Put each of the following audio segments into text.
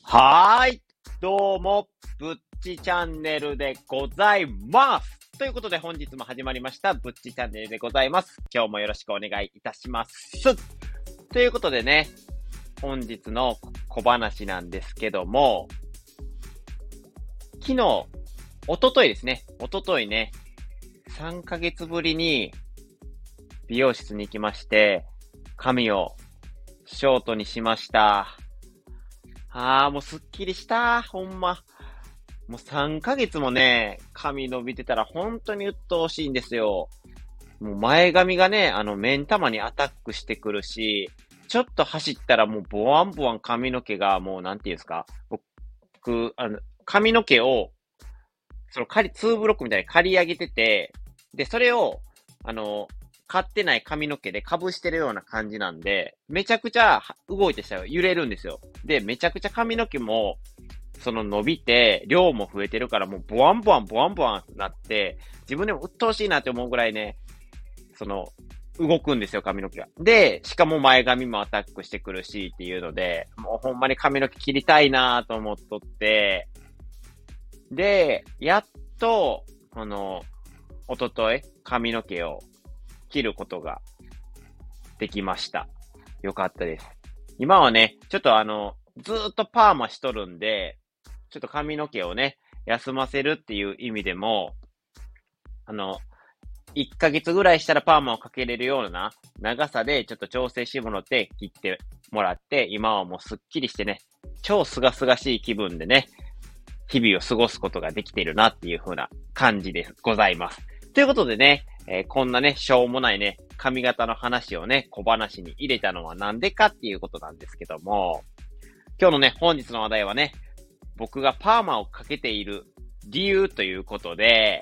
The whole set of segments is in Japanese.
はーい。どうも、ぶっちチャンネルでございます。ということで本日も始まりました、ぶっちチャンネルでございます。今日もよろしくお願いいたします。ということでね、本日の小話なんですけども、昨日、一昨日ですね、一昨日ね、3ヶ月ぶりに美容室に行きまして、髪をショートにしました。もうすっきりした。ほんま。もう3ヶ月もね、髪伸びてたら本当に鬱陶しいんですよ。もう前髪がね、目ん玉にアタックしてくるし、ちょっと走ったらもうボワンボワン髪の毛がもうなんていうんですか。僕、髪の毛を、2ブロックみたいに刈り上げてて、で、それを、刈ってない髪の毛で被してるような感じなんで、めちゃくちゃ動いてしたら揺れるんですよ。で、めちゃくちゃ髪の毛も、伸びて、量も増えてるから、もうボワンボワン、ボワンボワンなって、自分でも鬱陶しいなって思うぐらいね、動くんですよ、髪の毛が。で、しかも前髪もアタックしてくるしっていうので、もうほんまに髪の毛切りたいなと思っとって、で、やっと、一昨日髪の毛を切ることができました。よかったです。今はね、ちょっとずーっとパーマしとるんで、ちょっと髪の毛をね、休ませるっていう意味でも、1ヶ月ぐらいしたらパーマをかけれるような長さでちょっと調整してもらって切ってもらって、今はもうスッキリしてね、超すがすがしい気分でね、日々を過ごすことができているなっていう風な感じでございます。ということでね、こんなね、しょうもないね、髪型の話をね、小話に入れたのはなんでかっていうことなんですけども、今日のね、本日の話題はね、僕がパーマをかけている理由ということで、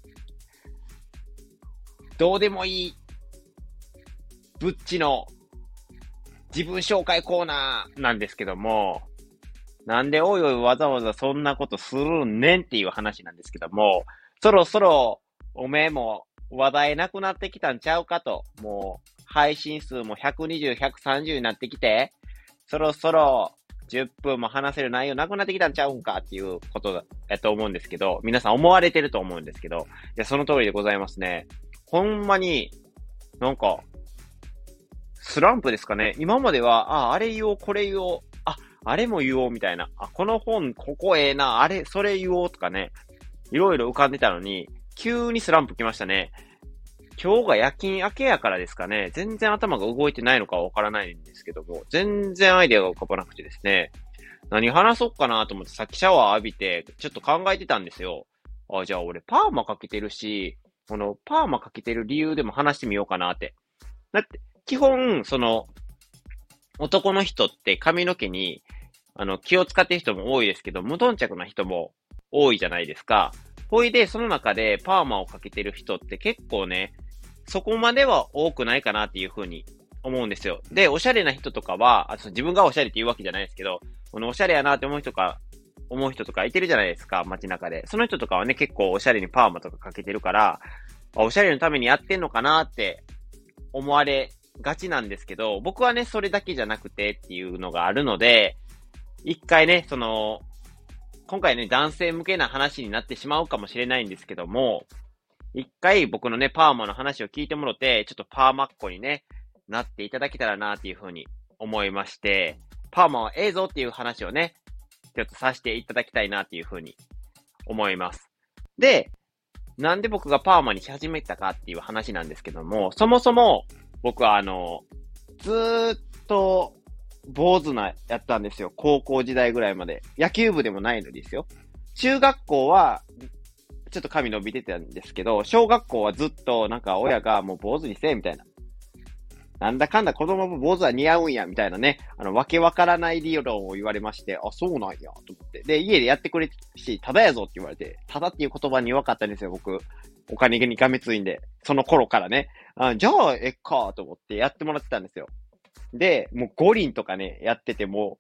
どうでもいい、ぶっちの自分紹介コーナーなんですけども、なんでおいおいわざわざそんなことするねんっていう話なんですけども、そろそろおめえも話題なくなってきたんちゃうかと、もう配信数も120、130になってきて、そろそろ10分も話せる内容なくなってきたんちゃうんかっていうことだと思うんですけど、皆さん思われてると思うんですけど、いや、その通りでございますね。ほんまに、なんか、スランプですかね。今までは、あれ言おう、これ言おう、あれも言おうみたいな。この本、ここええな、それ言おうとかね。いろいろ浮かんでたのに、急にスランプ来ましたね。今日が夜勤明けやからですかね。全然頭が動いてないのかわからないんですけども、全然アイデアが浮かばなくてですね。何話そうかなと思ってさっきシャワー浴びて、ちょっと考えてたんですよ。じゃあ俺パーマかけてるし、このパーマかけてる理由でも話してみようかなって。だって、基本、男の人って髪の毛に、気を使ってる人も多いですけど、無頓着な人も多いじゃないですか。ほいで、その中でパーマをかけてる人って結構ね、そこまでは多くないかなっていうふうに思うんですよ。で、おしゃれな人とかは、自分がおしゃれって言うわけじゃないですけど、このおしゃれやなって思う人とかいてるじゃないですか、街中で。その人とかはね、結構おしゃれにパーマとかかけてるから、おしゃれのためにやってんのかなって思われがちなんですけど、僕はね、それだけじゃなくてっていうのがあるので、一回ね、今回ね、男性向けな話になってしまうかもしれないんですけども、一回僕のね、パーマの話を聞いてもらって、ちょっとパーマっ子にね、なっていただけたらなっていうふうに思いまして、パーマはええぞっていう話をね、ちょっとさせていただきたいなっていうふうに思います。で、なんで僕がパーマにし始めたかっていう話なんですけども、そもそも僕はずーっと坊主やったんですよ。高校時代ぐらいまで。野球部でもないのですよ。中学校はちょっと髪伸びてたんですけど、小学校はずっとなんか親がもう坊主にせえみたいな。なんだかんだ子供も坊主は似合うんやみたいなね、わけわからない理論を言われまして、そうなんやと思って。で、家でやってくれし、ただやぞって言われて、ただっていう言葉に弱かったんですよ、僕。お金にがめついんで。その頃からね。じゃあ、えっかと思ってやってもらってたんですよ。で、もう五輪とかね、やってても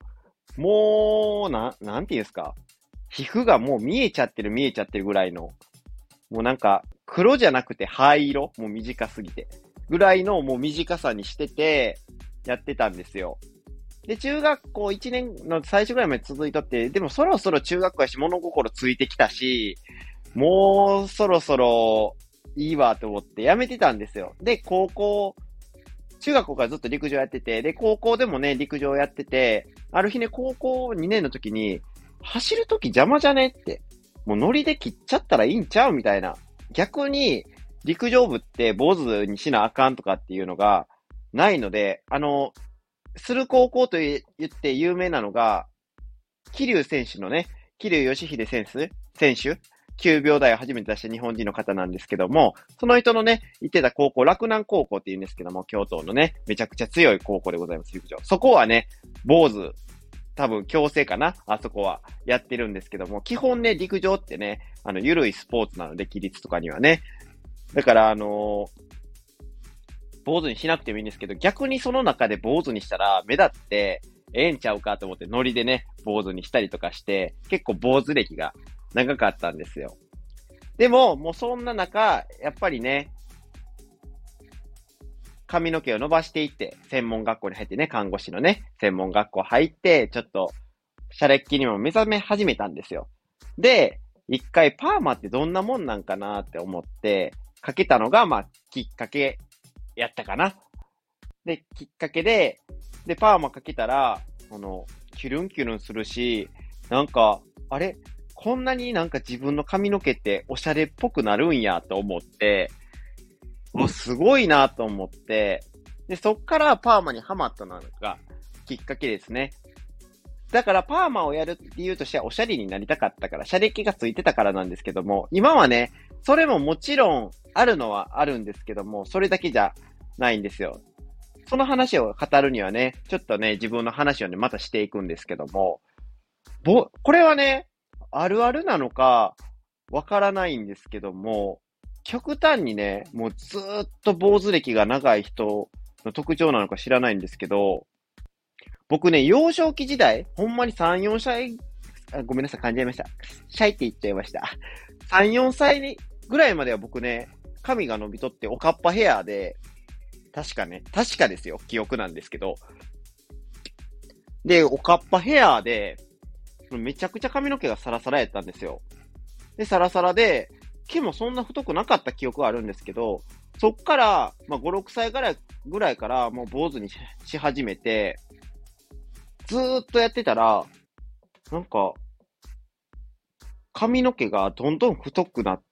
なんていうんですか。皮膚がもう見えちゃってるぐらいの、もうなんか、黒じゃなくて灰色もう短すぎて。ぐらいのもう短さにしてて、やってたんですよ。 で、中学校1年の最初ぐらいまで続いとって、でもそろそろ中学校やし物心ついてきたし、もうそろそろいいわと思ってやめてたんですよ。で、中学校からずっと陸上やってて、で、高校でもね、陸上やってて、ある日ね、高校2年の時に、走る時邪魔じゃねって、もうノリで切っちゃったらいいんちゃうみたいな。逆に、陸上部って坊主にしなあかんとかっていうのがないので、する高校と言って有名なのが、桐生選手のね、桐生祥秀選手、9秒台を初めて出した日本人の方なんですけども、その人のね、行ってた高校、洛南高校って言うんですけども、京都のね、めちゃくちゃ強い高校でございます、陸上。そこはね、坊主、多分強制かなあそこはやってるんですけども、基本ね、陸上ってね、ゆるいスポーツなので、規律とかにはね。だから、坊主にしなくてもいいんですけど、逆にその中で坊主にしたら目立ってええんちゃうかと思ってノリでね、坊主にしたりとかして、結構坊主歴が長かったんですよ。でも、もうそんな中、やっぱりね、髪の毛を伸ばしていって、専門学校に入ってね、看護師のね、専門学校入って、ちょっと、シャレっ気にも目覚め始めたんですよ。で、一回パーマってどんなもんなんかなって思って、かけたのが、まあ、きっかけやったかな。で、きっかけで、パーマかけたら、キュルンキュルンするし、なんか、あれこんなになんか自分の髪の毛っておしゃれっぽくなるんやと思って、もうすごいなと思って、で、そっからパーマにハマったのがきっかけですね。だからパーマをやる理由としてはおしゃれになりたかったから、シャレ気がついてたからなんですけども、今はね、それももちろんあるのはあるんですけども、それだけじゃないんですよ。その話を語るにはね、ちょっとね、自分の話をね、またしていくんですけども、これはね、あるあるなのか、わからないんですけども、極端にね、もうずーっと坊主歴が長い人の特徴なのか知らないんですけど、僕ね、幼少期時代、ほんまに3、4歳、ごめんなさい、噛んじゃいました。シャイって言っちゃいました。3、4歳ぐらいまでは僕ね、髪が伸びとっておかっぱヘアで、確かですよ、記憶なんですけど、で、おかっぱヘアで、めちゃくちゃ髪の毛がサラサラやったんですよ。で、サラサラで、毛もそんな太くなかった記憶はあるんですけど、そっから、まあ、5、6歳ぐらいからもう坊主にし始めて、ずーっとやってたら、なんか、髪の毛がどんどん太くなって、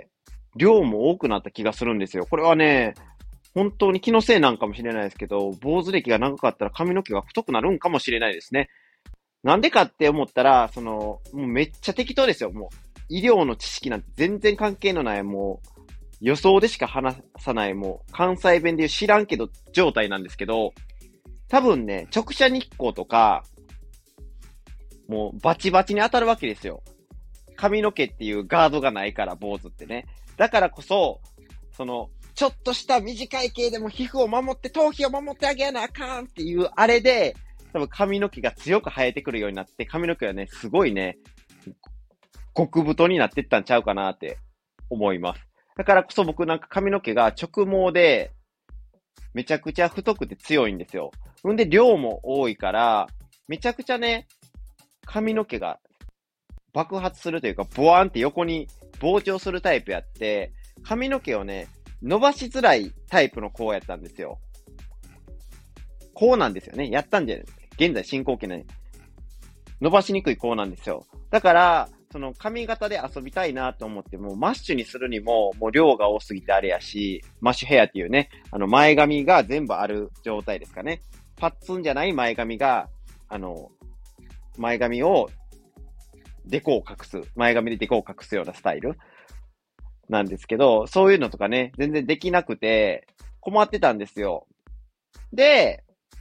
量も多くなった気がするんですよ。これはね、本当に気のせいなんかもしれないですけど、坊主歴が長かったら髪の毛が太くなるんかもしれないですね。なんでかって思ったら、もうめっちゃ適当ですよ。もう、医療の知識なんて全然関係のない、もう、予想でしか話さない、もう、関西弁で言う知らんけど状態なんですけど、多分ね、直射日光とか、もうバチバチに当たるわけですよ。髪の毛っていうガードがないから、坊主ってね。だからこそ、ちょっとした短い毛でも皮膚を守って、頭皮を守ってあげなあかんっていう、あれで、多分髪の毛が強く生えてくるようになって、髪の毛はね、すごいね、極太になってったんちゃうかなって思います。だからこそ僕なんか髪の毛が直毛で、めちゃくちゃ太くて強いんですよ。んで、量も多いから、めちゃくちゃね、髪の毛が爆発するというか、ボワーンって横に膨張するタイプやって、髪の毛をね、伸ばしづらいタイプの子やったんですよ。こうなんですよね。やったんじゃない現在進行形ね。伸ばしにくい子なんですよ。だから、その髪型で遊びたいなと思っても、マッシュにするにも、もう量が多すぎてあれやし、マッシュヘアっていうね、前髪が全部ある状態ですかね。パッツンじゃない前髪が、前髪をデコを隠す。前髪でデコを隠すようなスタイルなんですけど、そういうのとかね、全然できなくて、困ってたんですよ。で、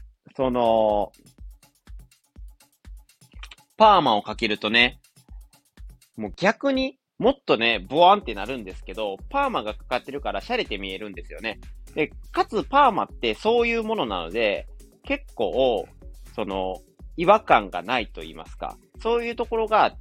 パーマをかけるとね、もう逆にもっとね、ボワンってなるんですけど、パーマがかかってるから洒落て見えるんですよね。で、かつパーマってそういうものなので、結構、違和感がないと言いますか。そういうところがあって、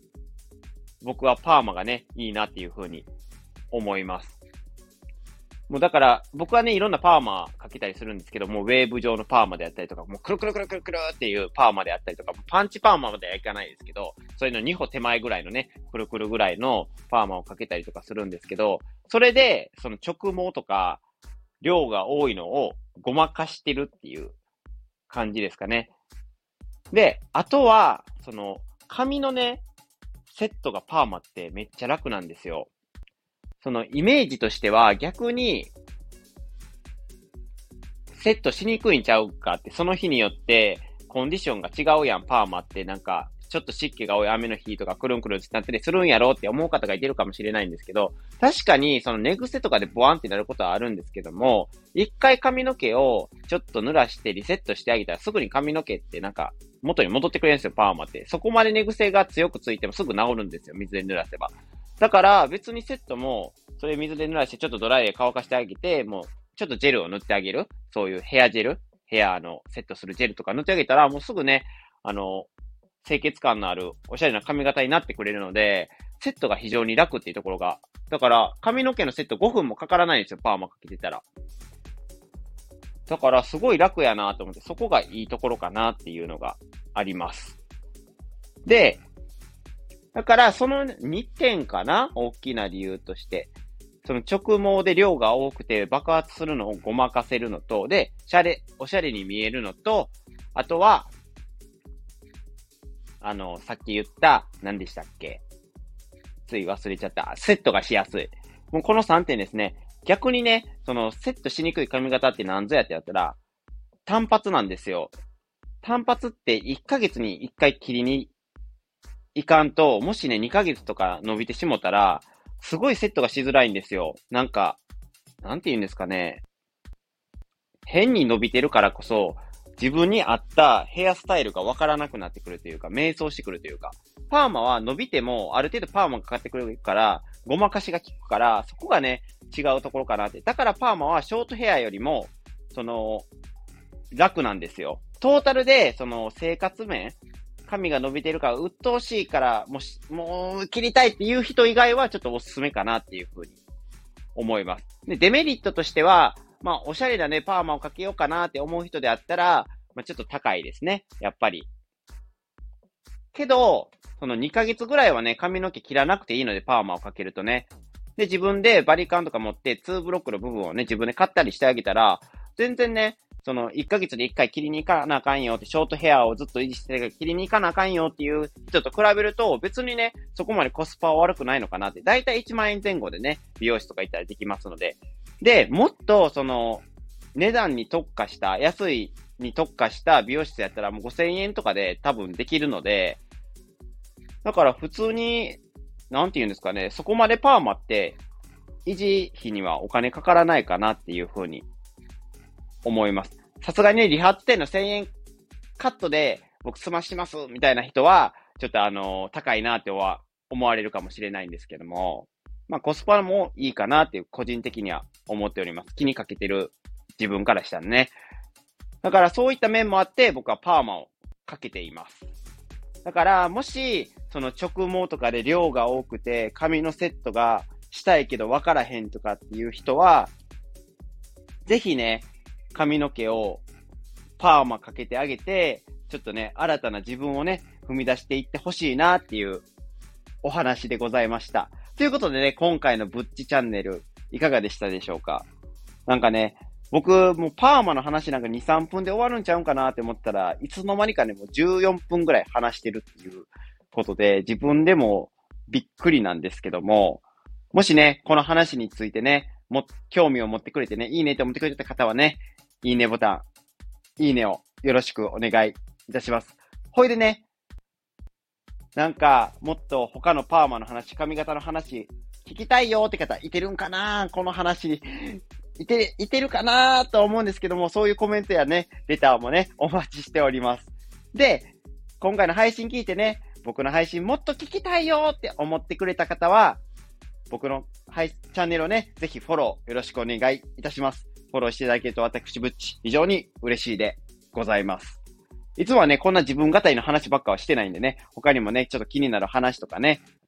僕はパーマがね、いいなっていうふうに思います。 もうだから、僕はね、いろんなパーマかけたりするんですけど、もうウェーブ状のパーマであったりとか、もうくるくるくるくるくるっていうパーマであったりとか、パンチパーマまではいかないですけど、そういうの2歩手前ぐらいのね、くるくるぐらいのパーマをかけたりとかするんですけど、それで、その直毛とか、量が多いのをごまかしてるっていう感じですかね。で、あとは、その、髪のね、セットがパーマってめっちゃ楽なんですよ。そのイメージとしては逆にセットしにくいんちゃうかって、その日によってコンディションが違うやん、パーマってなんか、ちょっと湿気が多い雨の日とかくるんくるんってなったりするんやろって思う方がいてるかもしれないんですけど、確かにその寝癖とかでボワンってなることはあるんですけども、一回髪の毛をちょっと濡らしてリセットしてあげたらすぐに髪の毛ってなんか元に戻ってくれるんですよ、パーマって。そこまで寝癖が強くついてもすぐ治るんですよ、水で濡らせば。だから別にセットも、それ水で濡らしてちょっとドライで乾かしてあげて、もうちょっとジェルを塗ってあげる。そういうヘアジェル、ヘアのセットするジェルとか塗ってあげたら、もうすぐね、清潔感のあるおしゃれな髪型になってくれるので、セットが非常に楽っていうところが。だから、髪の毛のセット5分もかからないんですよ、パーマかけてたら。だから、すごい楽やなと思って、そこがいいところかなっていうのがあります。で、だから、その2点かな、大きな理由として。その直毛で量が多くて爆発するのをごまかせるのと、で、おしゃれに見えるのと、あとは、さっき言った、何でしたっけ？つい忘れちゃった。セットがしやすい。もうこの3点ですね。逆にね、そのセットしにくい髪型って何ぞやってやったら、単発なんですよ。単発って1ヶ月に1回切りに行かんと、もしね、2ヶ月とか伸びてしもたら、すごいセットがしづらいんですよ。なんか、なんて言うんですかね。変に伸びてるからこそ、自分に合ったヘアスタイルがわからなくなってくるというか、迷走してくるというか、パーマは伸びても、ある程度パーマがかかってくるから、ごまかしが効くから、そこがね、違うところかなって。だからパーマはショートヘアよりも、楽なんですよ。トータルで、生活面、髪が伸びてるから鬱陶しいから、もう切りたいっていう人以外はちょっとおすすめかなっていうふうに思います。で、デメリットとしては、まあ、おしゃれなね、パーマをかけようかなって思う人であったら、まあ、ちょっと高いですね。やっぱり。けど、その2ヶ月ぐらいはね、髪の毛切らなくていいので、パーマをかけるとね。で、自分でバリカンとか持って、2ブロックの部分をね、自分で買ったりしてあげたら、全然ね、1ヶ月で1回切りに行かなあかんよって、ショートヘアをずっと維持して切りに行かなあかんよっていう人と比べると、別にね、そこまでコスパは悪くないのかなって。だいたい1万円前後でね、美容師とか行ったらできますので。で、もっと、値段に特化した、安いに特化した美容室やったらもう5000円とかで多分できるので、だから普通に、なんて言うんですかね、そこまでパーマって維持費にはお金かからないかなっていうふうに思います。さすがにね、理髪店の1000円カットで僕済ましますみたいな人は、ちょっと高いなっては思われるかもしれないんですけども、まあコスパもいいかなっていう個人的には思っております。気にかけてる自分からしたらね。だからそういった面もあって僕はパーマをかけています。だからもしその直毛とかで量が多くて髪のセットがしたいけど分からへんとかっていう人は、ぜひね、髪の毛をパーマかけてあげて、ちょっとね、新たな自分をね、踏み出していってほしいなっていうお話でございました。ということでね、今回のぶっちチャンネル、いかがでしたでしょうか？なんかね、僕、もうパーマの話なんか2、3分で終わるんちゃうんかなって思ったら、いつの間にかね、もう14分ぐらい話してるっていうことで、自分でもびっくりなんですけども、もしね、この話についてね、興味を持ってくれてね、いいねって思ってくれた方はね、いいねボタン、いいねをよろしくお願いいたします。ほいでね、なんか、もっと他のパーマの話、髪型の話、聞きたいよって方、いてるんかなこの話、いてるかなと思うんですけども、そういうコメントやね、レターもね、お待ちしております。で、今回の配信聞いてね、僕の配信もっと聞きたいよって思ってくれた方は、僕のチャンネルをね、ぜひフォローよろしくお願いいたします。フォローしていただけると私、ぶっち、非常に嬉しいでございます。いつもはね、こんな自分語りの話ばっかはしてないんでね、他にもね、ちょっと気になる話とかね、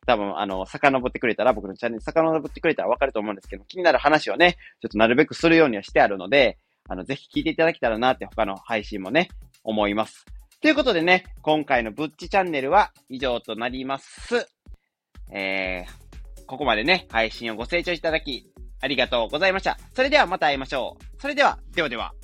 多分、遡ってくれたら、僕のチャンネル遡ってくれたらわかると思うんですけど、気になる話をね、ちょっとなるべくするようにはしてあるので、ぜひ聞いていただけたらなって他の配信もね、思います。ということでね、今回のぶっちチャンネルは以上となります。ここまでね、配信をご清聴いただき、ありがとうございました。それではまた会いましょう。それでは、ではでは。